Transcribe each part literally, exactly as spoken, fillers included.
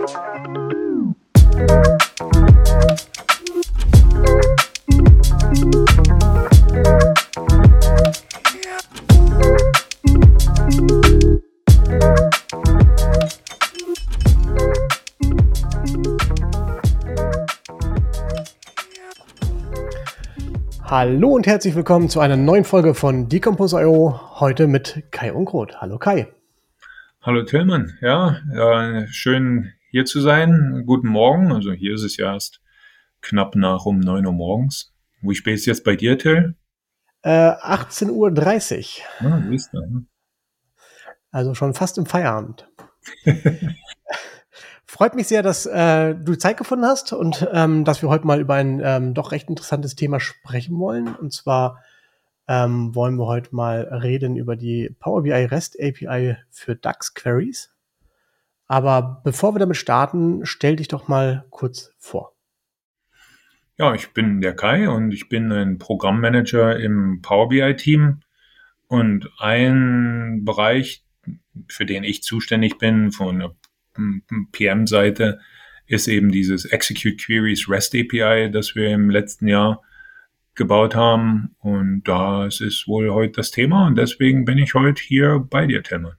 Hallo und herzlich willkommen zu einer neuen Folge von Decompose Punkt io, heute mit Kai Unkrut. Hallo Kai. Hallo Tillmann, ja, äh, schön hier zu sein. Guten Morgen, also hier ist es ja erst knapp nach um neun Uhr morgens. Wie spät ist jetzt bei dir, Till? Äh, achtzehn Uhr dreißig. Ah, siehst du, ne? Also schon fast im Feierabend. Freut mich sehr, dass äh, du Zeit gefunden hast und ähm, dass wir heute mal über ein ähm, doch recht interessantes Thema sprechen wollen. Und zwar ähm, wollen wir heute mal reden über die Power B I REST A P I für DAX-Queries. Aber bevor wir damit starten, stell dich doch mal kurz vor. Ja, ich bin der Kai und ich bin ein Programmmanager im Power B I-Team. Und ein Bereich, für den ich zuständig bin, von der P M-Seite, ist eben dieses Execute Queries REST A P I, das wir im letzten Jahr gebaut haben. Und das ist wohl heute das Thema. Und deswegen bin ich heute hier bei dir, Tillmann.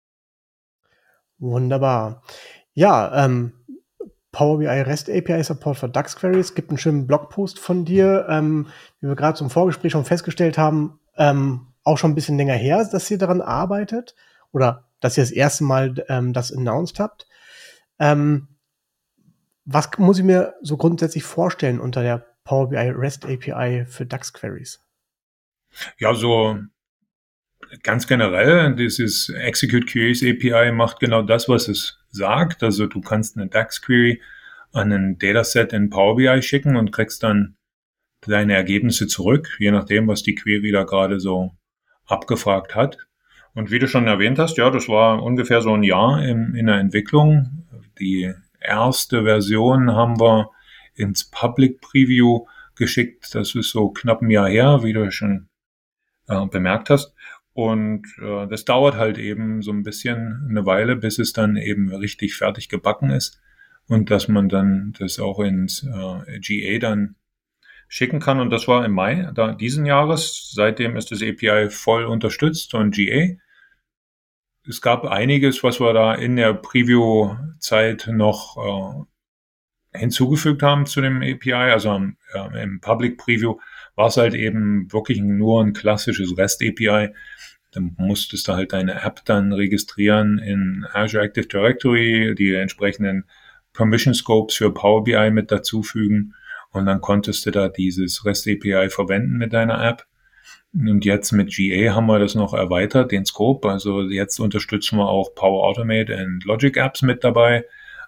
Wunderbar. Ja, ähm, Power B I REST A P I Support für DAX-Queries. Gibt einen schönen Blogpost von dir, ähm, wie wir gerade zum Vorgespräch schon festgestellt haben, ähm, auch schon ein bisschen länger her, dass ihr daran arbeitet oder dass ihr das erste Mal ähm, das announced habt. Ähm, was muss ich mir so grundsätzlich vorstellen unter der Power B I REST A P I für DAX-Queries? Ja, so ganz generell, dieses Execute Queries A P I macht genau das, was es sagt. Also du kannst eine DAX-Query an ein Dataset in Power B I schicken und kriegst dann deine Ergebnisse zurück, je nachdem, was die Query da gerade so abgefragt hat. Und wie du schon erwähnt hast, ja, das war ungefähr so ein Jahr in, in der Entwicklung. Die erste Version haben wir ins Public Preview geschickt. Das ist so knapp ein Jahr her, wie du schon äh, bemerkt hast. Und äh, das dauert halt eben so ein bisschen eine Weile, bis es dann eben richtig fertig gebacken ist und dass man dann das auch ins äh, G A dann schicken kann. Und das war im Mai da, diesen Jahres. Seitdem ist das A P I voll unterstützt und G A. Es gab einiges, was wir da in der Preview-Zeit noch äh, hinzugefügt haben zu dem A P I. Also am, äh, im Public Preview war es halt eben wirklich nur ein klassisches REST A P I. Dann musstest du halt deine App dann registrieren in Azure Active Directory, die entsprechenden Permission Scopes für Power B I mit dazufügen. Und dann konntest du da dieses REST A P I verwenden mit deiner App. Und jetzt mit G A haben wir das noch erweitert, den Scope. Also jetzt unterstützen wir auch Power Automate und Logic Apps mit dabei.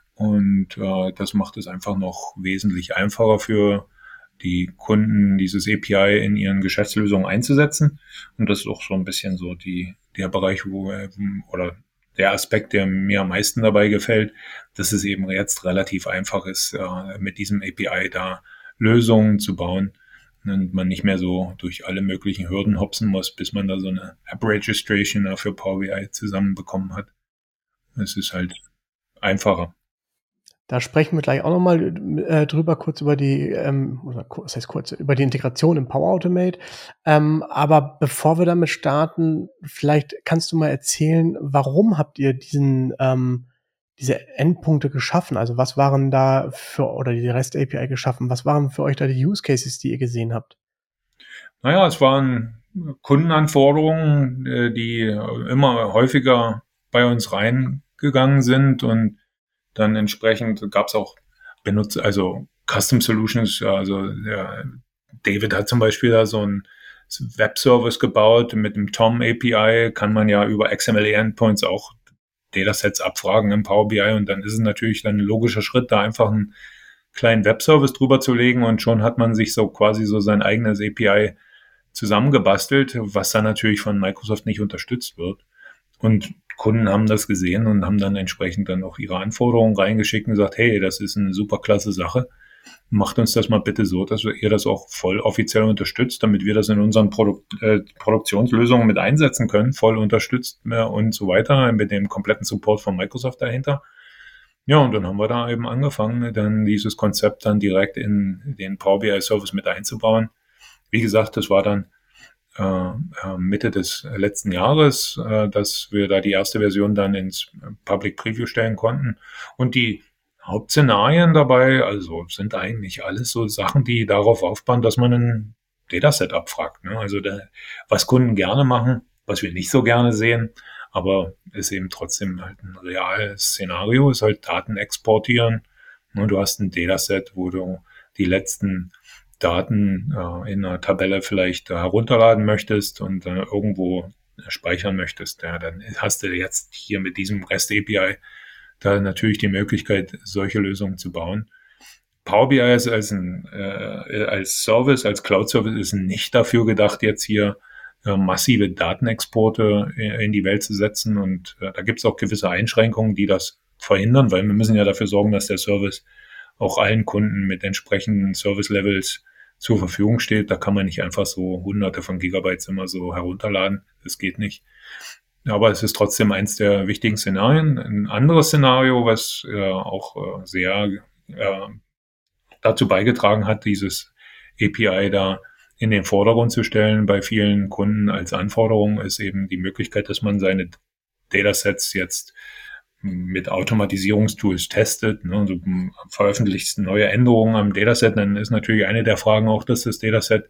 Und äh, das macht es einfach noch wesentlich einfacher für die Kunden, dieses A P I in ihren Geschäftslösungen einzusetzen. Und das ist auch so ein bisschen so die, der Bereich, wo, oder der Aspekt, der mir am meisten dabei gefällt, dass es eben jetzt relativ einfach ist, äh, mit diesem A P I da Lösungen zu bauen und man nicht mehr so durch alle möglichen Hürden hopsen muss, bis man da so eine App-Registration für Power B I zusammenbekommen hat. Es ist halt einfacher. Da sprechen wir gleich auch nochmal äh, drüber, kurz über die, ähm, oder was heißt kurz, über die Integration im Power Automate. Ähm, aber bevor wir damit starten, vielleicht kannst du mal erzählen, warum habt ihr diesen, ähm, diese Endpunkte geschaffen? Also was waren da für, oder die REST A P I geschaffen? Was waren für euch da die Use Cases, die ihr gesehen habt? Naja, es waren Kundenanforderungen, die immer häufiger bei uns reingegangen sind und dann entsprechend gab es auch Benutzer, also Custom Solutions, also ja, David hat zum Beispiel da so einen Webservice gebaut mit dem Tom A P I, kann man ja über X M L Endpoints auch Datasets abfragen im Power B I und dann ist es natürlich dann ein logischer Schritt, da einfach einen kleinen Webservice drüber zu legen und schon hat man sich so quasi so sein eigenes A P I zusammengebastelt, was dann natürlich von Microsoft nicht unterstützt wird. Und Kunden haben das gesehen und haben dann entsprechend dann auch ihre Anforderungen reingeschickt und gesagt, hey, das ist eine super klasse Sache. Macht uns das mal bitte so, dass ihr das auch voll offiziell unterstützt, damit wir das in unseren Produ- äh, Produktionslösungen mit einsetzen können, voll unterstützt äh, und so weiter, mit dem kompletten Support von Microsoft dahinter. Ja, und dann haben wir da eben angefangen, dann dieses Konzept dann direkt in den Power B I Service mit einzubauen. Wie gesagt, das war dann äh, Mitte des letzten Jahres, äh, dass wir da die erste Version dann ins Public Preview stellen konnten. Und die Hauptszenarien dabei, also sind eigentlich alles so Sachen, die darauf aufbauen, dass man ein Dataset abfragt. Ne? Also der, was Kunden gerne machen, was wir nicht so gerne sehen, aber ist eben trotzdem halt ein reales Szenario, ist halt Daten exportieren. Ne? Du hast ein Dataset, wo du die letzten Daten äh, in einer Tabelle vielleicht äh, herunterladen möchtest und äh, irgendwo speichern möchtest, ja, dann hast du jetzt hier mit diesem REST A P I da natürlich die Möglichkeit, solche Lösungen zu bauen. Power B I ist als, ein, äh, als Service, als Cloud-Service ist nicht dafür gedacht, jetzt hier äh, massive Datenexporte in die Welt zu setzen. Und äh, da gibt es auch gewisse Einschränkungen, die das verhindern, weil wir müssen ja dafür sorgen, dass der Service auch allen Kunden mit entsprechenden Service-Levels zur Verfügung steht. Da kann man nicht einfach so hunderte von Gigabytes immer so herunterladen. Das geht nicht. Aber es ist trotzdem eins der wichtigen Szenarien. Ein anderes Szenario, was äh, auch äh, sehr äh, dazu beigetragen hat, dieses A P I da in den Vordergrund zu stellen bei vielen Kunden als Anforderung, ist eben die Möglichkeit, dass man seine Datasets jetzt mit Automatisierungstools testet. Ne? Also veröffentlicht neue Änderungen am Dataset, dann ist natürlich eine der Fragen auch, dass das Dataset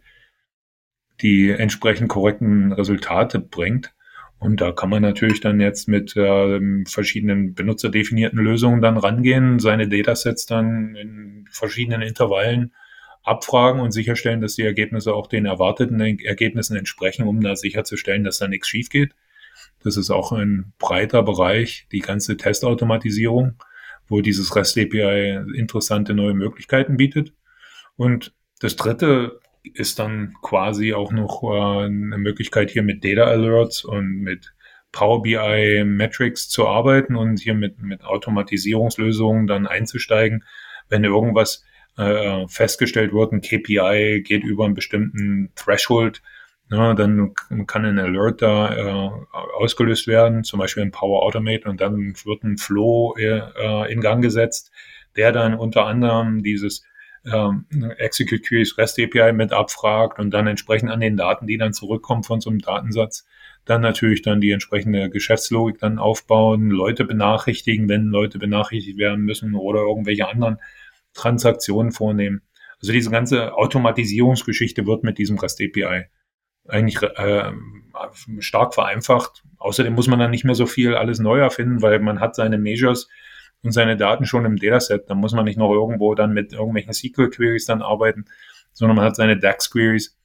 die entsprechend korrekten Resultate bringt. Und da kann man natürlich dann jetzt mit äh, verschiedenen benutzerdefinierten Lösungen dann rangehen, seine Datasets dann in verschiedenen Intervallen abfragen und sicherstellen, dass die Ergebnisse auch den erwarteten Ergebnissen entsprechen, um da sicherzustellen, dass da nichts schief geht. Das ist auch ein breiter Bereich, die ganze Testautomatisierung, wo dieses REST A P I interessante neue Möglichkeiten bietet. Und das dritte ist dann quasi auch noch äh, eine Möglichkeit, hier mit Data Alerts und mit Power B I Metrics zu arbeiten und hier mit, mit Automatisierungslösungen dann einzusteigen, wenn irgendwas äh, festgestellt wird, ein K P I geht über einen bestimmten Threshold, ja, dann kann ein Alert da äh, ausgelöst werden, zum Beispiel in Power Automate, und dann wird ein Flow äh, in Gang gesetzt, der dann unter anderem dieses ähm, Execute Queries REST A P I mit abfragt und dann entsprechend an den Daten, die dann zurückkommen von so einem Datensatz, dann natürlich dann die entsprechende Geschäftslogik dann aufbauen, Leute benachrichtigen, wenn Leute benachrichtigt werden müssen oder irgendwelche anderen Transaktionen vornehmen. Also diese ganze Automatisierungsgeschichte wird mit diesem REST A P I eigentlich äh, stark vereinfacht. Außerdem muss man dann nicht mehr so viel alles neu erfinden, weil man hat seine Measures und seine Daten schon im Dataset. Da muss man nicht noch irgendwo dann mit irgendwelchen S Q L-Queries dann arbeiten, sondern man hat seine DAX-Queries,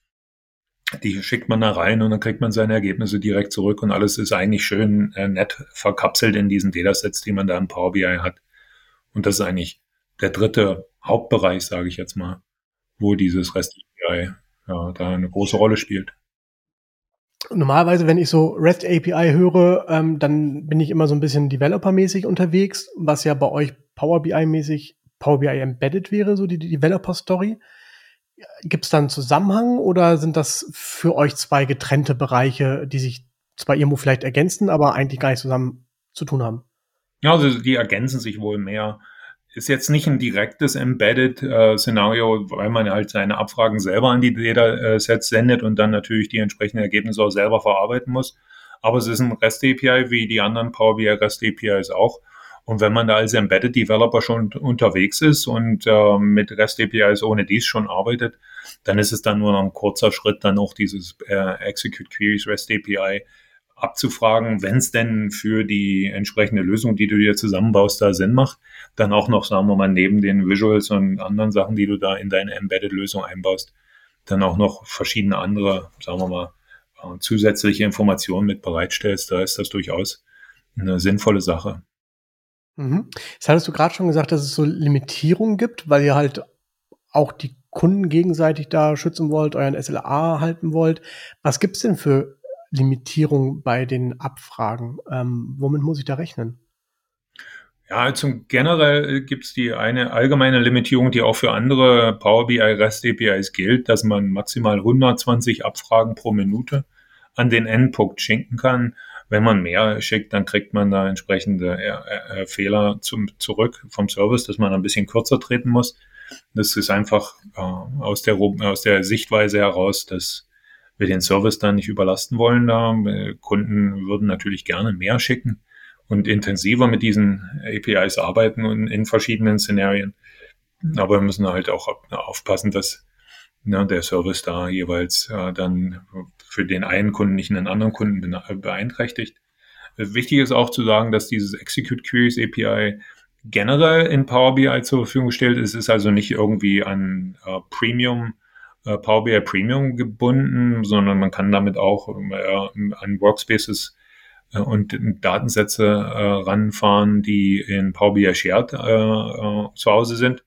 die schickt man da rein und dann kriegt man seine Ergebnisse direkt zurück und alles ist eigentlich schön äh, nett verkapselt in diesen Datasets, die man da im Power B I hat. Und das ist eigentlich der dritte Hauptbereich, sage ich jetzt mal, wo dieses REST A P I ja, da eine große Rolle spielt. Normalerweise, wenn ich so REST A P I höre, ähm, dann bin ich immer so ein bisschen Developer-mäßig unterwegs, was ja bei euch Power B I-mäßig Power B I Embedded wäre, so die, die Developer-Story. Gibt es da einen Zusammenhang oder sind das für euch zwei getrennte Bereiche, die sich zwar irgendwo vielleicht ergänzen, aber eigentlich gar nicht zusammen zu tun haben? Ja, also die ergänzen sich wohl mehr. Ist jetzt nicht ein direktes Embedded-Szenario, äh, weil man halt seine Abfragen selber an die Datasets sendet und dann natürlich die entsprechenden Ergebnisse auch selber verarbeiten muss. Aber es ist ein REST A P I wie die anderen Power B I REST A P Is auch. Und wenn man da als Embedded Developer schon unterwegs ist und äh, mit REST A P Is ohne dies schon arbeitet, dann ist es dann nur noch ein kurzer Schritt, dann auch dieses äh, Execute Queries REST A P I abzufragen, wenn es denn für die entsprechende Lösung, die du dir zusammenbaust, da Sinn macht, dann auch noch, sagen wir mal, neben den Visuals und anderen Sachen, die du da in deine Embedded-Lösung einbaust, dann auch noch verschiedene andere, sagen wir mal, zusätzliche Informationen mit bereitstellst. Da ist das durchaus eine sinnvolle Sache. Mhm. Jetzt hattest du gerade schon gesagt, dass es so Limitierungen gibt, weil ihr halt auch die Kunden gegenseitig da schützen wollt, euren S L A halten wollt. Was gibt's denn für Limitierung bei den Abfragen? Ähm, womit muss ich da rechnen? Ja, zum generell gibt's die eine allgemeine Limitierung, die auch für andere Power B I REST A P Is gilt, dass man maximal hundertzwanzig Abfragen pro Minute an den Endpunkt schicken kann. Wenn man mehr schickt, dann kriegt man da entsprechende äh, äh, Fehler zum, zurück vom Service, dass man ein bisschen kürzer treten muss. Das ist einfach äh, aus, der, aus der Sichtweise heraus, dass wir den Service dann nicht überlasten wollen. Da Kunden würden natürlich gerne mehr schicken und intensiver mit diesen A P Is arbeiten und in verschiedenen Szenarien. Aber wir müssen halt auch aufpassen, dass ne, der Service da jeweils äh, dann für den einen Kunden nicht einen anderen Kunden beeinträchtigt. Wichtig ist auch zu sagen, dass dieses Execute Queries A P I generell in Power B I zur Verfügung gestellt ist. Es ist also nicht irgendwie an äh, Premium, äh, Power B I Premium gebunden, sondern man kann damit auch äh, an Workspaces äh, und Datensätze äh, ranfahren, die in Power B I Shared äh, äh, zu Hause sind.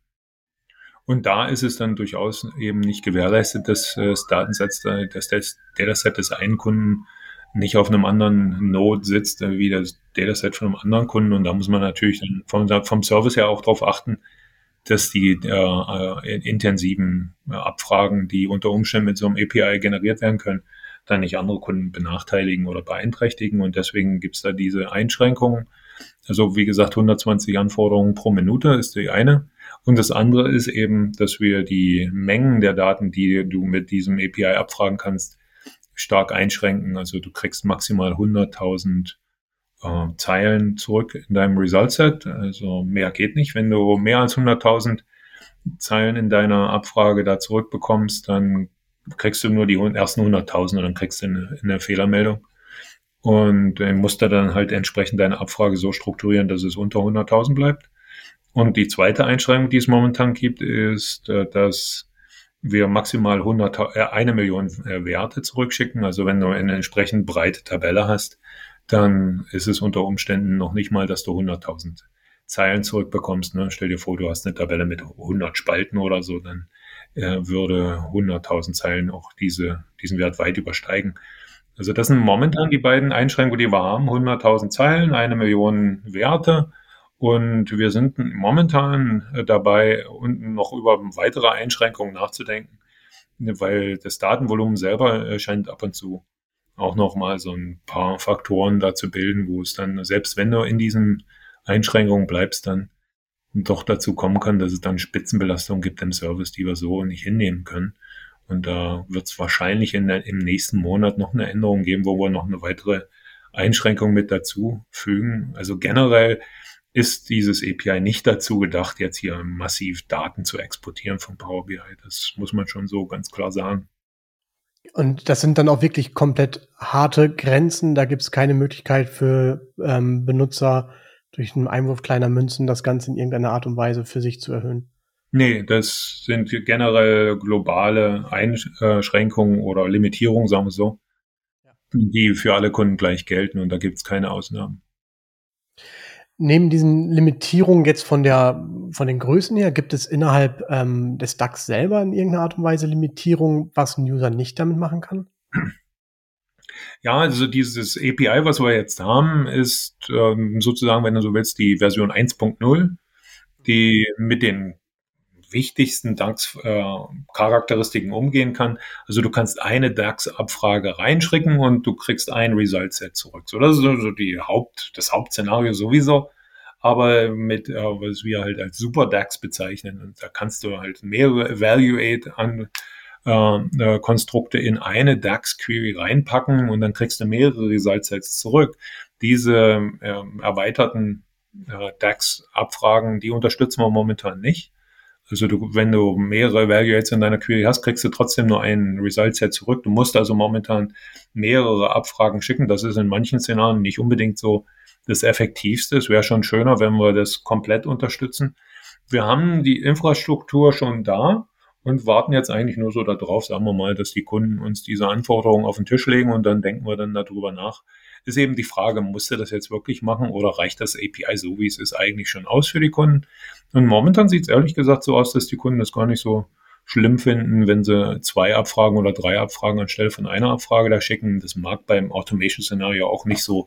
Und da ist es dann durchaus eben nicht gewährleistet, dass das Datensatz, dass das Dataset des einen Kunden nicht auf einem anderen Node sitzt, wie das Dataset von einem anderen Kunden. Und da muss man natürlich dann vom, vom Service her auch darauf achten, dass die äh, intensiven Abfragen, die unter Umständen mit so einem A P I generiert werden können, dann nicht andere Kunden benachteiligen oder beeinträchtigen. Und deswegen gibt es da diese Einschränkungen. Also wie gesagt, hundertzwanzig Anforderungen pro Minute ist die eine. Und das andere ist eben, dass wir die Mengen der Daten, die du mit diesem A P I abfragen kannst, stark einschränken. Also du kriegst maximal hunderttausend äh, Zeilen zurück in deinem Result Set. Also mehr geht nicht. Wenn du mehr als hunderttausend Zeilen in deiner Abfrage da zurückbekommst, dann kriegst du nur die ersten hunderttausend und dann kriegst du eine, eine Fehlermeldung. Und äh, musst da dann halt entsprechend deine Abfrage so strukturieren, dass es unter hunderttausend bleibt. Und die zweite Einschränkung, die es momentan gibt, ist, dass wir maximal hundert, äh, eine Million äh, Werte zurückschicken. Also wenn du eine entsprechend breite Tabelle hast, dann ist es unter Umständen noch nicht mal, dass du hunderttausend Zeilen zurückbekommst. Ne? Stell dir vor, du hast eine Tabelle mit hundert Spalten oder so, dann äh, würde hunderttausend Zeilen auch diese, diesen Wert weit übersteigen. Also das sind momentan die beiden Einschränkungen, die wir haben. hunderttausend Zeilen, eine Million Werte. Und wir sind momentan dabei, noch über weitere Einschränkungen nachzudenken, weil das Datenvolumen selber scheint ab und zu auch nochmal so ein paar Faktoren dazu bilden, wo es dann, selbst wenn du in diesen Einschränkungen bleibst, dann doch dazu kommen kann, dass es dann Spitzenbelastungen gibt im Service, die wir so nicht hinnehmen können. Und da wird es wahrscheinlich in der, im nächsten Monat noch eine Änderung geben, wo wir noch eine weitere Einschränkung mit dazu fügen. Also generell ist dieses A P I nicht dazu gedacht, jetzt hier massiv Daten zu exportieren von Power B I. Das muss man schon so ganz klar sagen. Und das sind dann auch wirklich komplett harte Grenzen. Da gibt es keine Möglichkeit für ähm, Benutzer, durch einen Einwurf kleiner Münzen das Ganze in irgendeiner Art und Weise für sich zu erhöhen. Nee, das sind generell globale Einschränkungen oder Limitierungen, sagen wir so, ja, die für alle Kunden gleich gelten und da gibt es keine Ausnahmen. Neben diesen Limitierungen jetzt von der von den Größen her, gibt es innerhalb ähm, des DAX selber in irgendeiner Art und Weise Limitierungen, was ein User nicht damit machen kann? Ja, also dieses A P I, was wir jetzt haben, ist ähm, sozusagen, wenn du so willst, die Version eins Punkt null, die mit den wichtigsten DAX-Charakteristiken äh, umgehen kann. Also du kannst eine DAX-Abfrage reinschicken und du kriegst ein Result-Set zurück. So, das ist so die Haupt, das Hauptszenario sowieso, aber mit, äh, was wir halt als Super-DAX bezeichnen. Und da kannst du halt mehrere Evaluate an äh, Konstrukte in eine DAX-Query reinpacken und dann kriegst du mehrere Result-Sets zurück. Diese äh, erweiterten äh, DAX-Abfragen, die unterstützen wir momentan nicht. Also du, wenn du mehrere Evaluates in deiner Query hast, kriegst du trotzdem nur ein Result-Set zurück. Du musst also momentan mehrere Abfragen schicken. Das ist in manchen Szenarien nicht unbedingt so das Effektivste. Es wäre schon schöner, wenn wir das komplett unterstützen. Wir haben die Infrastruktur schon da und warten jetzt eigentlich nur so darauf, sagen wir mal, dass die Kunden uns diese Anforderungen auf den Tisch legen und dann denken wir dann darüber nach. Ist eben die Frage, musst du das jetzt wirklich machen oder reicht das A P I so, wie es ist, eigentlich schon aus für die Kunden? Und momentan sieht es ehrlich gesagt so aus, dass die Kunden das gar nicht so schlimm finden, wenn sie zwei Abfragen oder drei Abfragen anstelle von einer Abfrage da schicken. Das mag beim Automation-Szenario auch nicht so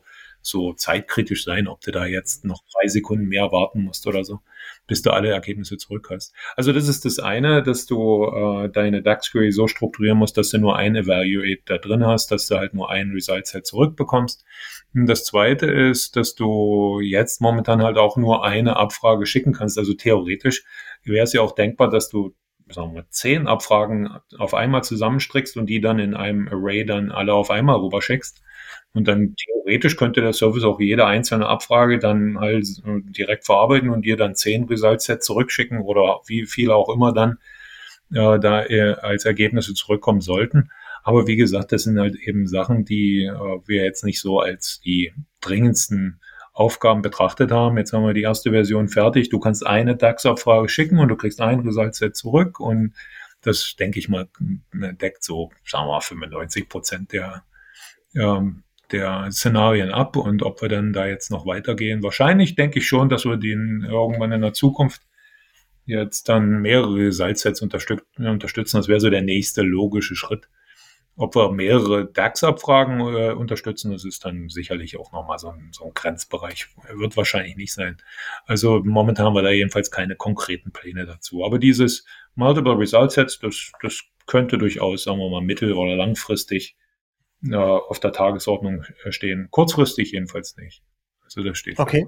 so zeitkritisch sein, ob du da jetzt noch drei Sekunden mehr warten musst oder so, bis du alle Ergebnisse zurück hast. Also das ist das eine, dass du äh, deine DAX-Query so strukturieren musst, dass du nur ein Evaluate da drin hast, dass du halt nur ein Result-Set zurückbekommst. Und das zweite ist, dass du jetzt momentan halt auch nur eine Abfrage schicken kannst. Also theoretisch wäre es ja auch denkbar, dass du, sagen wir, zehn Abfragen auf einmal zusammenstrickst und die dann in einem Array dann alle auf einmal rüberschickst. Und dann theoretisch könnte der Service auch jede einzelne Abfrage dann halt direkt verarbeiten und dir dann zehn Result-Sets zurückschicken oder wie viele auch immer dann äh, da äh, als Ergebnisse zurückkommen sollten. Aber wie gesagt, das sind halt eben Sachen, die äh, wir jetzt nicht so als die dringendsten Aufgaben betrachtet haben. Jetzt haben wir die erste Version fertig. Du kannst eine DAX-Abfrage schicken und du kriegst ein Result-Set zurück. Und das, denke ich mal, deckt so, sagen wir mal, fünfundneunzig Prozent der, ähm, der Szenarien ab. Und ob wir dann da jetzt noch weitergehen, wahrscheinlich denke ich schon, dass wir den irgendwann in der Zukunft jetzt dann mehrere Result-Sets unterstützen. Das wäre so der nächste logische Schritt. Ob wir mehrere DAX-Abfragen äh, unterstützen, das ist dann sicherlich auch nochmal so ein, so ein Grenzbereich. Wird wahrscheinlich nicht sein. Also momentan haben wir da jedenfalls keine konkreten Pläne dazu. Aber dieses Multiple Result Sets, das, das könnte durchaus, sagen wir mal, mittel- oder langfristig äh, auf der Tagesordnung stehen. Kurzfristig jedenfalls nicht. Also das steht. Okay.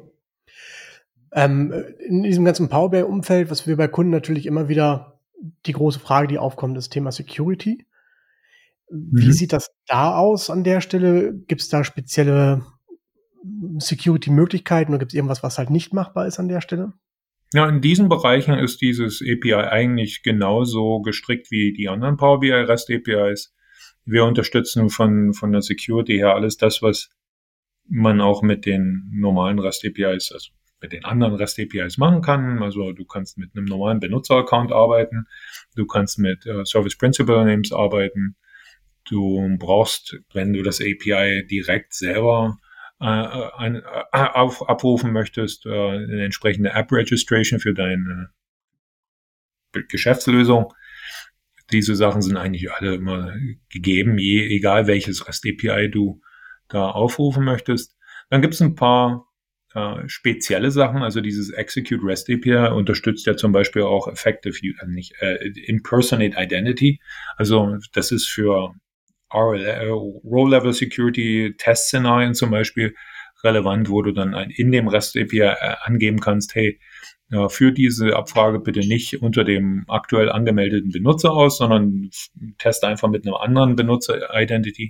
Ähm, in diesem ganzen Power B I-Umfeld, was wir bei Kunden natürlich immer wieder die große Frage, die aufkommt, ist Thema Security. Wie mhm. sieht das da aus an der Stelle? Gibt es da spezielle Security-Möglichkeiten oder gibt es irgendwas, was halt nicht machbar ist an der Stelle? Ja, in diesen Bereichen ist dieses A P I eigentlich genauso gestrickt wie die anderen Power B I REST A P Is. Wir unterstützen von, von der Security her alles das, was man auch mit den normalen REST A P Is, also mit den anderen REST A P Is machen kann. Also du kannst mit einem normalen Benutzer-Account arbeiten, du kannst mit äh, Service Principal Names arbeiten. Du brauchst, wenn du das A P I direkt selber äh, ein, äh, auf, abrufen möchtest, äh, eine entsprechende App-Registration für deine Geschäftslösung. Diese Sachen sind eigentlich alle immer gegeben, je, egal welches REST A P I du da aufrufen möchtest. Dann gibt es ein paar äh, spezielle Sachen, also dieses Execute REST A P I unterstützt ja zum Beispiel auch Effective, äh, nicht, äh, Impersonate Identity. Also das ist für Row-Level Security Test-Szenarien zum Beispiel relevant, wo du dann in dem REST A P I angeben kannst, hey, für diese Abfrage bitte nicht unter dem aktuell angemeldeten Benutzer aus, sondern teste einfach mit einer anderen Benutzer-Identity.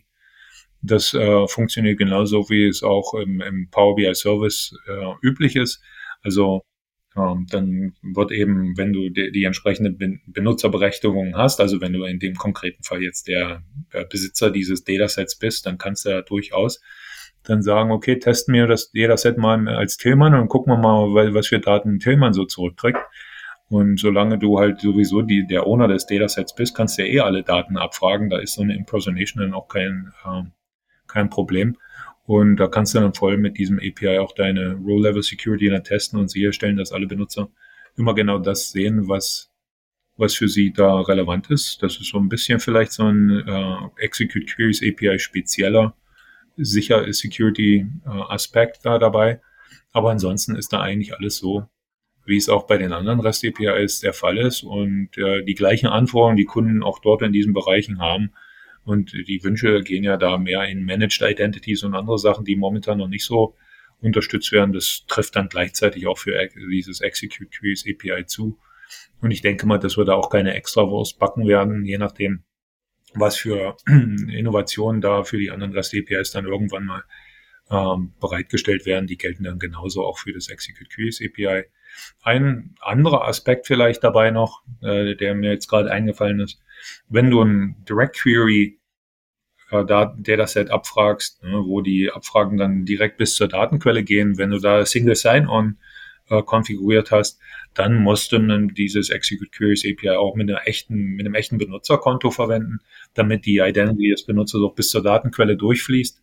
Das äh, funktioniert genauso, wie es auch im, im Power B I Service äh, üblich ist. Also ähm, dann wird eben, wenn du die, die entsprechende ben- Benutzerberechtigung hast, also wenn du in dem konkreten Fall jetzt der, der Besitzer dieses Datasets bist, dann kannst du ja durchaus dann sagen, okay, testen wir das Dataset mal als Tillmann und gucken wir mal, was für Daten Tillmann so zurückkriegt. Und solange du halt sowieso die, der Owner des Datasets bist, kannst du ja eh alle Daten abfragen. Da ist so eine Impersonation dann auch kein, äh, kein Problem. Und da kannst du dann voll mit diesem A P I auch deine Row-Level-Security dann testen und sicherstellen, dass alle Benutzer immer genau das sehen, was, was für sie da relevant ist. Das ist so ein bisschen vielleicht so ein äh, Execute Queries A P I spezieller sicher Security-Aspekt äh, da dabei. Aber ansonsten ist da eigentlich alles so, wie es auch bei den anderen REST A P Is der Fall ist und äh, die gleichen Anforderungen, die Kunden auch dort in diesen Bereichen haben. Und die Wünsche gehen ja da mehr in Managed Identities und andere Sachen, die momentan noch nicht so unterstützt werden. Das trifft dann gleichzeitig auch für dieses Execute Queries A P I zu. Und ich denke mal, dass wir da auch keine Extrawurst backen werden, je nachdem, was für Innovationen da für die anderen REST A P Is dann irgendwann mal ähm, bereitgestellt werden. Die gelten dann genauso auch für das Execute Queries A P I. Ein anderer Aspekt vielleicht dabei noch, äh, der mir jetzt gerade eingefallen ist, wenn du ein Direct Query äh, Dataset abfragst, ne, wo die Abfragen dann direkt bis zur Datenquelle gehen, wenn du da Single Sign-On äh, konfiguriert hast, dann musst du dann dieses Execute Queries A P I auch mit einer echten, mit einem echten Benutzerkonto verwenden, damit die Identity des Benutzers auch bis zur Datenquelle durchfließt.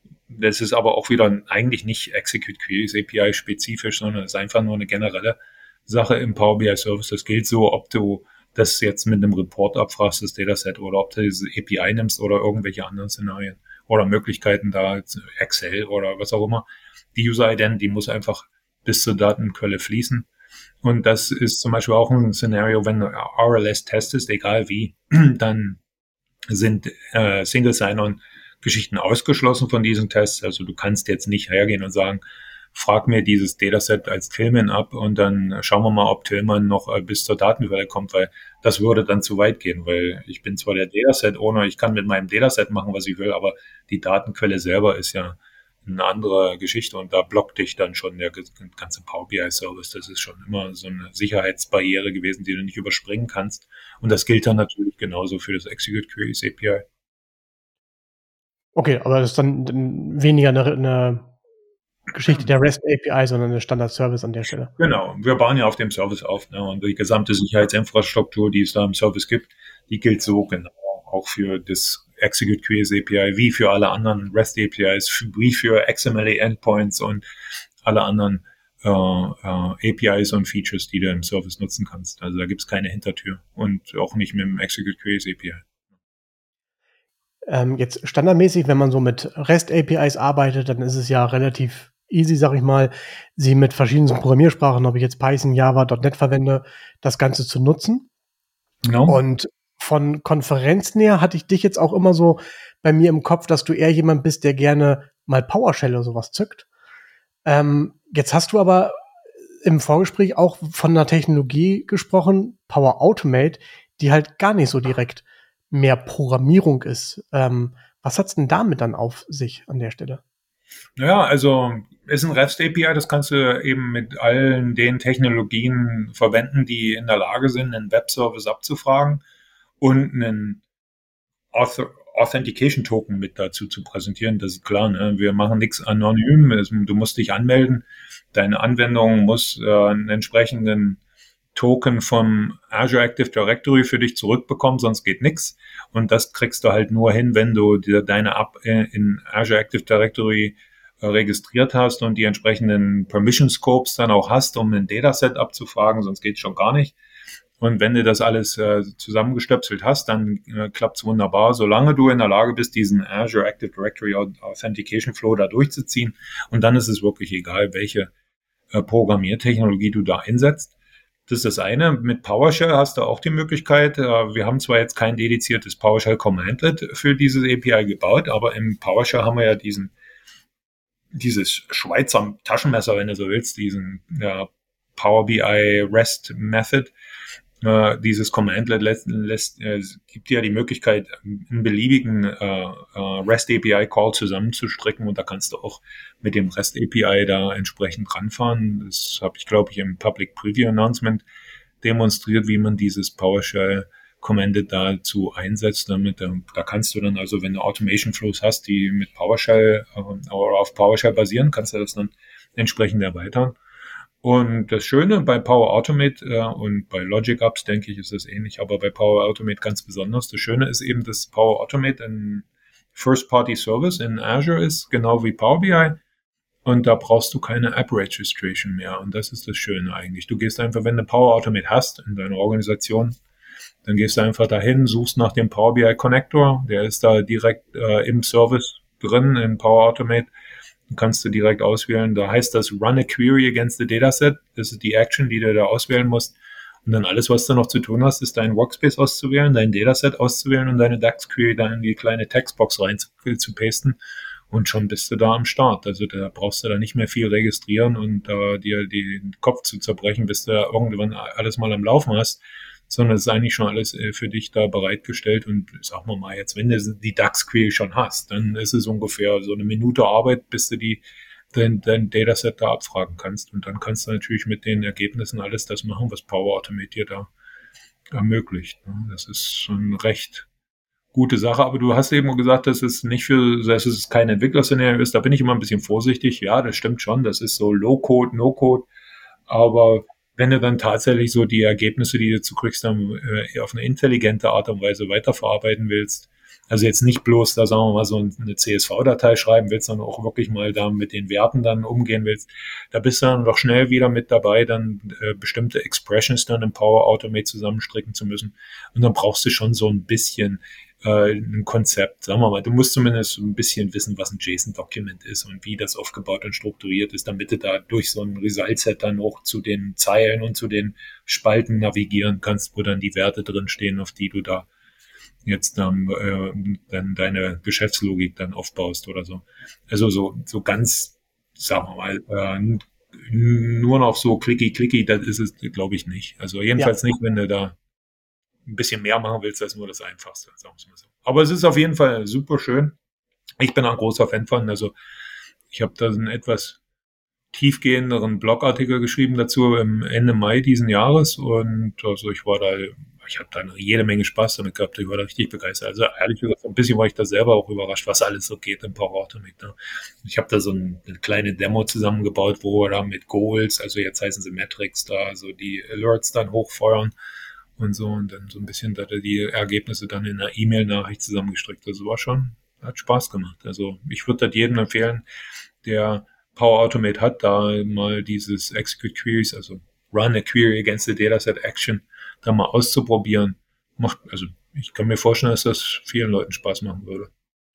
Das ist aber auch wieder eigentlich nicht Execute Queries A P I spezifisch, sondern es ist einfach nur eine generelle Sache im Power B I Service. Das gilt so, ob du das jetzt mit einem Report abfragst, das Dataset, oder ob du dieses A P I nimmst oder irgendwelche anderen Szenarien. oder Möglichkeiten da, Excel oder was auch immer. Die User Identity muss einfach bis zur Datenquelle fließen. Und das ist zum Beispiel auch ein Szenario, wenn du R L S testest, egal wie, dann sind äh, Single Sign-On-Geschichten ausgeschlossen von diesen Tests. Also du kannst jetzt nicht hergehen und sagen, frag mir dieses Dataset als Tillman ab und dann schauen wir mal, ob Tillman noch äh, bis zur Datenquelle kommt, weil das würde dann zu weit gehen, weil ich bin zwar der Dataset-Owner, ich kann mit meinem Dataset machen, was ich will, aber die Datenquelle selber ist ja eine andere Geschichte und da blockt dich dann schon der ganze Power B I-Service. Das ist schon immer so eine Sicherheitsbarriere gewesen, die du nicht überspringen kannst. Und das gilt dann natürlich genauso für das Execute Queries A P I. Okay, aber das ist dann weniger eine, eine Geschichte der REST A P I, sondern eine Standard-Service an der Stelle. Genau, wir bauen ja auf dem Service auf, ne? Und die gesamte Sicherheitsinfrastruktur, die es da im Service gibt, die gilt so genau auch für das Execute Queries A P I wie für alle anderen REST A P Is, wie für X M L A Endpoints und alle anderen äh, äh, A P Is und Features, die du im Service nutzen kannst. Also da gibt es keine Hintertür und auch nicht mit dem Execute Queries A P I. Ähm, jetzt standardmäßig, wenn man so mit REST A P Is arbeitet, dann ist es ja relativ easy, sag ich mal, sie mit verschiedenen Programmiersprachen, ob ich jetzt Python, Java, .NET verwende, das Ganze zu nutzen. Genau. Und von Konferenzen her hatte ich dich jetzt auch immer so bei mir im Kopf, dass du eher jemand bist, der gerne mal PowerShell oder sowas zückt. Ähm, jetzt hast du aber im Vorgespräch auch von einer Technologie gesprochen, Power Automate, die halt gar nicht so direkt mehr Programmierung ist. Ähm, was hat's denn damit dann auf sich an der Stelle? Ja, also ist ein REST A P I, das kannst du eben mit allen den Technologien verwenden, die in der Lage sind, einen Webservice abzufragen und einen Author Authentication Token mit dazu zu präsentieren. Das ist klar, ne? Wir machen nichts anonym. Du musst dich anmelden. Deine Anwendung muss äh, einen entsprechenden Token vom Azure Active Directory für dich zurückbekommen, sonst geht nichts. Und das kriegst du halt nur hin, wenn du dir deine App in Azure Active Directory äh, registriert hast und die entsprechenden Permission Scopes dann auch hast, um ein Dataset abzufragen, sonst geht es schon gar nicht. Und wenn du das alles äh, zusammengestöpselt hast, dann äh, klappt's wunderbar, solange du in der Lage bist, diesen Azure Active Directory Authentication Flow da durchzuziehen. Und dann ist es wirklich egal, welche äh, Programmiertechnologie du da einsetzt. Das ist das eine. Mit PowerShell hast du auch die Möglichkeit, äh, wir haben zwar jetzt kein dediziertes PowerShell Commandlet für dieses A P I gebaut, aber im PowerShell haben wir ja diesen dieses Schweizer Taschenmesser, wenn du so willst, diesen ja, Power B I REST Method. Uh, dieses Commandlet lässt, lässt, äh, gibt dir ja die Möglichkeit, einen beliebigen äh, äh, REST A P I Call zusammenzustricken und da kannst du auch mit dem REST A P I da entsprechend ranfahren. Das habe ich, glaube ich, im Public Preview Announcement demonstriert, wie man dieses PowerShell Commandlet dazu einsetzt. Damit, äh, da kannst du dann also, wenn du Automation Flows hast, die mit PowerShell äh, oder auf PowerShell basieren, kannst du das dann entsprechend erweitern. Und das Schöne bei Power Automate äh, und bei Logic Apps, denke ich, ist das ähnlich, aber bei Power Automate ganz besonders. Das Schöne ist eben, dass Power Automate ein First-Party-Service in Azure ist, genau wie Power B I. Und da brauchst du keine App-Registration mehr. Und das ist das Schöne eigentlich. Du gehst einfach, wenn du Power Automate hast in deiner Organisation, dann gehst du einfach dahin, suchst nach dem Power B I Connector. Der ist da direkt äh, im Service drin in Power Automate. Kannst du direkt auswählen. Da heißt das Run a Query against the Dataset. Das ist die Action, die du da auswählen musst. Und dann alles, was du noch zu tun hast, ist dein Workspace auszuwählen, dein Dataset auszuwählen und deine DAX-Query dann in die kleine Textbox rein zu, zu pasten. Und schon bist du da am Start. Also da brauchst du da nicht mehr viel registrieren und äh, dir den Kopf zu zerbrechen, bis du irgendwann alles mal am Laufen hast. Sondern es ist eigentlich schon alles äh, für dich da bereitgestellt. Und sagen wir mal jetzt, wenn du die DAX-Query schon hast, dann ist es ungefähr so eine Minute Arbeit, bis du die dein, dein Dataset da abfragen kannst. Und dann kannst du natürlich mit den Ergebnissen alles das machen, was Power Automate dir da ermöglicht. Das ist schon recht gute Sache. Aber du hast eben gesagt, dass es nicht für, dass es kein Entwicklerszenario ist. Da bin ich immer ein bisschen vorsichtig. Ja, das stimmt schon. Das ist so Low-Code, No-Code. Aber wenn du dann tatsächlich so die Ergebnisse, die du zu kriegst, dann äh, auf eine intelligente Art und Weise weiterverarbeiten willst, also jetzt nicht bloß, da sagen wir mal, so eine C S V-Datei schreiben willst, sondern auch wirklich mal da mit den Werten dann umgehen willst, da bist du dann doch schnell wieder mit dabei, dann äh, bestimmte Expressions dann im Power Automate zusammenstricken zu müssen. Und dann brauchst du schon so ein bisschen äh, ein Konzept, sagen wir mal, du musst zumindest so ein bisschen wissen, was ein JSON-Document ist und wie das aufgebaut und strukturiert ist, damit du da durch so ein Result-Set dann auch zu den Zeilen und zu den Spalten navigieren kannst, wo dann die Werte drinstehen, auf die du da jetzt ähm, äh, dann deine Geschäftslogik dann aufbaust oder so. Also so, so ganz, sagen wir mal, äh, nur noch so clicky clicky, das ist es, glaube ich, nicht. Also jedenfalls ja. nicht, wenn du da ein bisschen mehr machen willst als nur das Einfachste, sagen wir mal so. Aber es ist auf jeden Fall super schön. Ich bin ein großer Fan von, also ich habe da einen etwas tiefgehenderen Blogartikel geschrieben dazu im Ende Mai diesen Jahres und also ich war da, ich habe da jede Menge Spaß damit gehabt, ich war da richtig begeistert. Also ehrlich gesagt, ein bisschen war ich da selber auch überrascht, was alles so geht im Power Automate. Ne? Ich habe da so ein, eine kleine Demo zusammengebaut, wo wir da mit Goals, also jetzt heißen sie Metrics, da so die Alerts dann hochfeuern und so und dann so ein bisschen da die Ergebnisse dann in einer E-Mail-Nachricht zusammengestrickt. Also war schon, hat Spaß gemacht. Also ich würde das jedem empfehlen, der Power Automate hat, da mal dieses Execute Queries, also Run a Query against the Dataset Action, da mal auszuprobieren. Macht, also ich kann mir vorstellen, dass das vielen Leuten Spaß machen würde.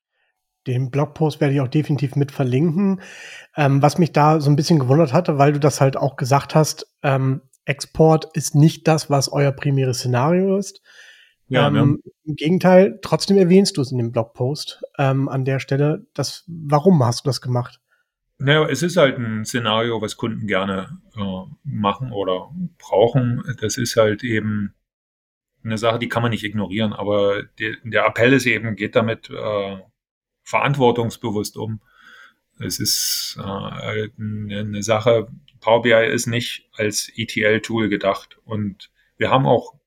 Den Blogpost werde ich auch definitiv mit verlinken. Ähm, was mich da so ein bisschen gewundert hatte, weil du das halt auch gesagt hast, ähm, Export ist nicht das, was euer primäres Szenario ist. Ja, ähm, ja. Im Gegenteil, trotzdem erwähnst du es in dem Blogpost ähm, an der Stelle. Das, warum hast du das gemacht? Naja, es ist halt ein Szenario, was Kunden gerne äh, machen oder brauchen. Das ist halt eben eine Sache, die kann man nicht ignorieren. Aber die, der Appell ist eben, geht damit äh, verantwortungsbewusst um. Es ist äh, eine Sache, Power B I ist nicht als E T L-Tool gedacht. Und wir haben auch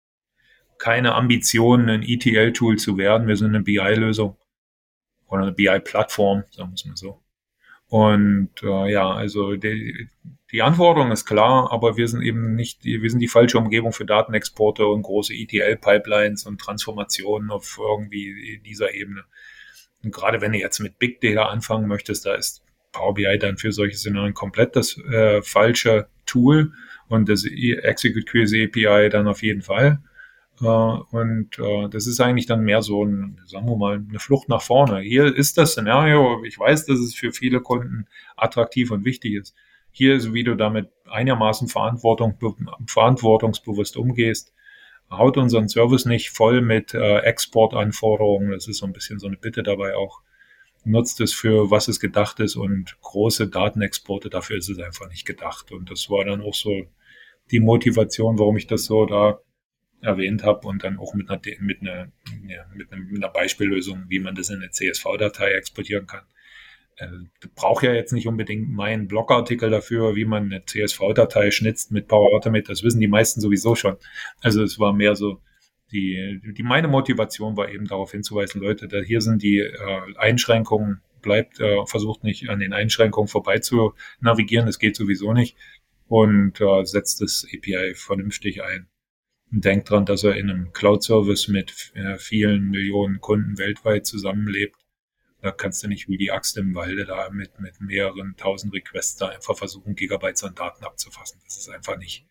keine Ambitionen, ein E T L-Tool zu werden. Wir sind eine B I-Lösung oder eine B I-Plattform, sagen wir es mal so. Und äh, ja, also die, die Anforderung ist klar, aber wir sind eben nicht, wir sind die falsche Umgebung für Datenexporte und große E T L-Pipelines und Transformationen auf irgendwie dieser Ebene. Und gerade wenn du jetzt mit Big Data anfangen möchtest, da ist Power B I dann für solche Szenarien komplett das äh, falsche Tool und das Execute Queries A P I dann auf jeden Fall. Uh, und uh, das ist eigentlich dann mehr so ein, sagen wir mal, eine Flucht nach vorne. Hier ist das Szenario, ich weiß, dass es für viele Kunden attraktiv und wichtig ist. Hier ist, wie du damit einigermaßen Verantwortung, verantwortungsbewusst umgehst. Haut unseren Service nicht voll mit äh, Exportanforderungen. Das ist so ein bisschen so eine Bitte dabei auch. Nutzt es für, was es gedacht ist und große Datenexporte, dafür ist es einfach nicht gedacht. Und das war dann auch so die Motivation, warum ich das so da erwähnt habe und dann auch mit einer, mit einer, ja, mit einer, mit einer Beispiellösung, wie man das in eine C S V-Datei exportieren kann. Äh, du brauchst ja jetzt nicht unbedingt meinen Blogartikel dafür, wie man eine C S V-Datei schnitzt mit Power Automate. Das wissen die meisten sowieso schon. Also es war mehr so, die, die meine Motivation war eben darauf hinzuweisen, Leute, da hier sind die äh, Einschränkungen, bleibt, äh, versucht nicht an den Einschränkungen vorbei zu navigieren, das geht sowieso nicht und äh, setzt das A P I vernünftig ein. Denkt dran, dass er in einem Cloud-Service mit äh, vielen Millionen Kunden weltweit zusammenlebt. Da kannst du nicht wie die Axt im Walde da mit, mit mehreren tausend Requests da einfach versuchen, Gigabytes an Daten abzufassen. Das ist einfach nicht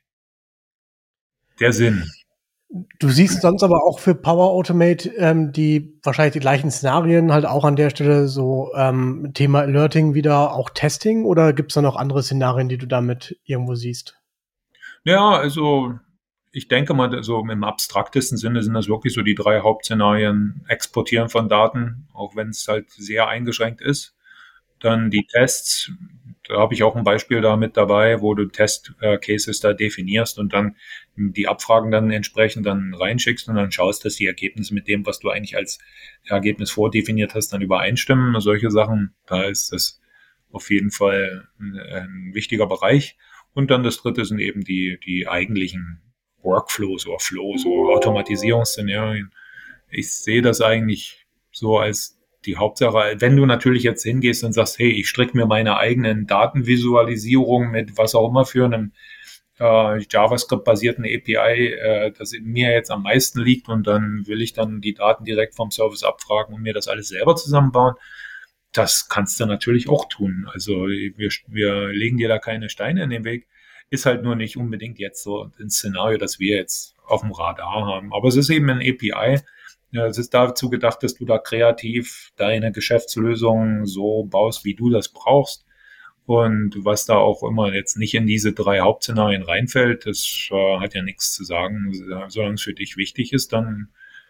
der Sinn. Du siehst sonst aber auch für Power Automate ähm, die wahrscheinlich die gleichen Szenarien, halt auch an der Stelle so ähm, Thema Alerting wieder, auch Testing, oder gibt es da noch andere Szenarien, die du damit irgendwo siehst? Ja, also ich denke mal, so im abstraktesten Sinne sind das wirklich so die drei Hauptszenarien. Exportieren von Daten, auch wenn es halt sehr eingeschränkt ist. Dann die Tests, da habe ich auch ein Beispiel da mit dabei, wo du Test-Cases da definierst und dann die Abfragen dann entsprechend dann reinschickst und dann schaust, dass die Ergebnisse mit dem, was du eigentlich als Ergebnis vordefiniert hast, dann übereinstimmen. Solche Sachen, da ist das auf jeden Fall ein, ein wichtiger Bereich. Und dann das dritte sind eben die, die eigentlichen Workflows oder Flows oder Automatisierungsszenarien. Ich sehe das eigentlich so als die Hauptsache. Wenn du natürlich jetzt hingehst und sagst, hey, ich stricke mir meine eigenen Datenvisualisierung mit was auch immer für einen äh, JavaScript-basierten A P I, äh, das mir jetzt am meisten liegt und dann will ich dann die Daten direkt vom Service abfragen und mir das alles selber zusammenbauen, das kannst du natürlich auch tun. Also wir, wir legen dir da keine Steine in den Weg. Ist halt nur nicht unbedingt jetzt so ein Szenario, das wir jetzt auf dem Radar haben. Aber es ist eben ein A P I, Ja, es ist dazu gedacht, dass du da kreativ deine Geschäftslösung so baust, wie du das brauchst. Und was da auch immer jetzt nicht in diese drei Hauptszenarien reinfällt, das äh, hat ja nichts zu sagen. Solange es für dich wichtig ist, dann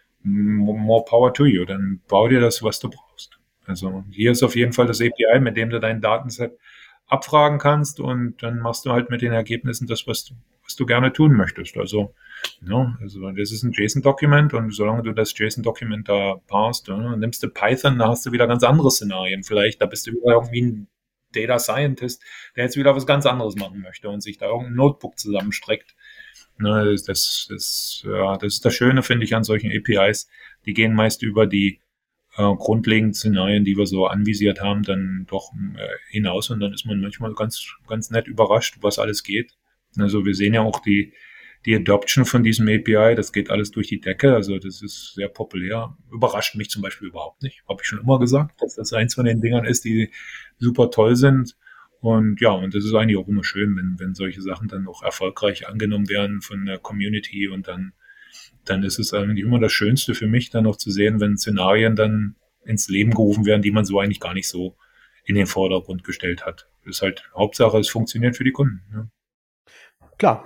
more power to you. Dann bau dir das, was du brauchst. Also hier ist auf jeden Fall das A P I, mit dem du dein Datenset abfragen kannst und dann machst du halt mit den Ergebnissen das, was du, was du gerne tun möchtest. Also, ja, also das ist ein JSON-Dokument und solange du das JSON-Dokument da parst, ja, nimmst du Python, da hast du wieder ganz andere Szenarien. Vielleicht, da bist du wieder irgendwie ein Data Scientist, der jetzt wieder was ganz anderes machen möchte und sich da irgendein Notebook zusammenstreckt. Ne, das, das, ja, das ist das Schöne, finde ich, an solchen A P Is. Die gehen meist über die äh, grundlegenden Szenarien, die wir so anvisiert haben, dann doch äh, hinaus und dann ist man manchmal ganz, ganz nett überrascht, was alles geht. Also wir sehen ja auch die, die Adoption von diesem A P I, das geht alles durch die Decke, also das ist sehr populär. Überrascht mich zum Beispiel überhaupt nicht. Habe ich schon immer gesagt, dass das eins von den Dingern ist, die super toll sind. Und ja, und das ist eigentlich auch immer schön, wenn, wenn solche Sachen dann auch erfolgreich angenommen werden von der Community und dann, dann ist es eigentlich immer das Schönste für mich, dann noch zu sehen, wenn Szenarien dann ins Leben gerufen werden, die man so eigentlich gar nicht so in den Vordergrund gestellt hat. Das ist halt Hauptsache, es funktioniert für die Kunden. Ja. Klar.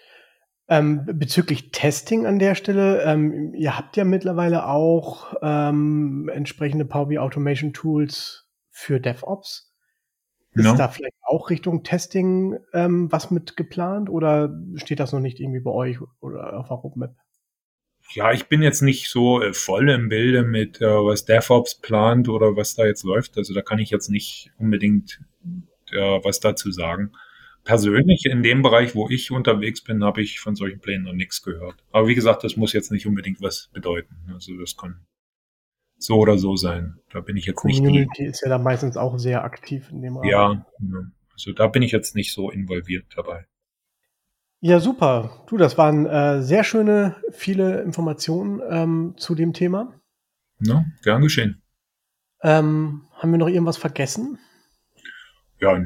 Ähm, bezüglich Testing an der Stelle, ähm, ihr habt ja mittlerweile auch ähm, entsprechende Power B I Automation Tools für DevOps. Ist Ja. da vielleicht auch Richtung Testing ähm, was mit geplant oder steht das noch nicht irgendwie bei euch oder auf der Roadmap? Ja, ich bin jetzt nicht so äh, voll im Bilde mit, äh, was DevOps plant oder was da jetzt läuft. Also da kann ich jetzt nicht unbedingt äh, was dazu sagen. Persönlich in dem Bereich, wo ich unterwegs bin, habe ich von solchen Plänen noch nichts gehört. Aber wie gesagt, das muss jetzt nicht unbedingt was bedeuten. Also das kann so oder so sein. Da bin ich jetzt nicht die. Community ist ja da meistens auch sehr aktiv in dem Rahmen. Ja, ja. Also da bin ich jetzt nicht so involviert dabei. Ja, super. Du, das waren äh, sehr schöne, viele Informationen ähm, zu dem Thema. Ja, gern geschehen. Ähm, haben wir noch irgendwas vergessen? Ja,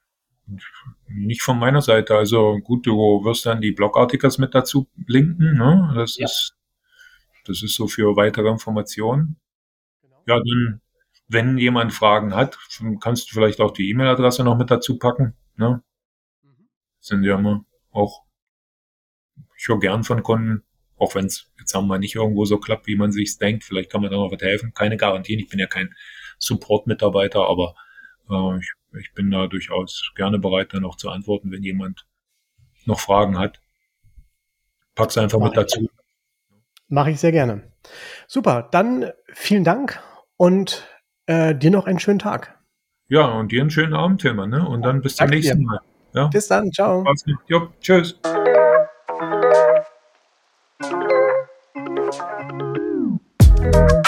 nicht von meiner Seite. Also gut, du wirst dann die Blogartikels mit dazu linken. Ne? Das Ja. ist, das ist so für weitere Informationen. Genau. Ja, dann, wenn jemand Fragen hat, kannst du vielleicht auch die E-Mail-Adresse noch mit dazu packen. Ne? Mhm. Sind ja immer auch, ich höre gern von Kunden, auch wenn es jetzt haben wir nicht irgendwo so klappt, wie man sich denkt. Vielleicht kann man da noch was helfen. Keine Garantien. Ich bin ja kein Support-Mitarbeiter, aber äh, ich, ich bin da durchaus gerne bereit, dann auch zu antworten, wenn jemand noch Fragen hat. Pack's einfach Mach mit dazu. Mache ich sehr gerne. Super, dann vielen Dank und äh, dir noch einen schönen Tag. Ja, und dir einen schönen Abend, Tilman, ne? Und dann bis zum Danke nächsten dir. Mal. Ja, Bis dann, ciao. Spaß gemacht. Jo, tschüss. Thank you.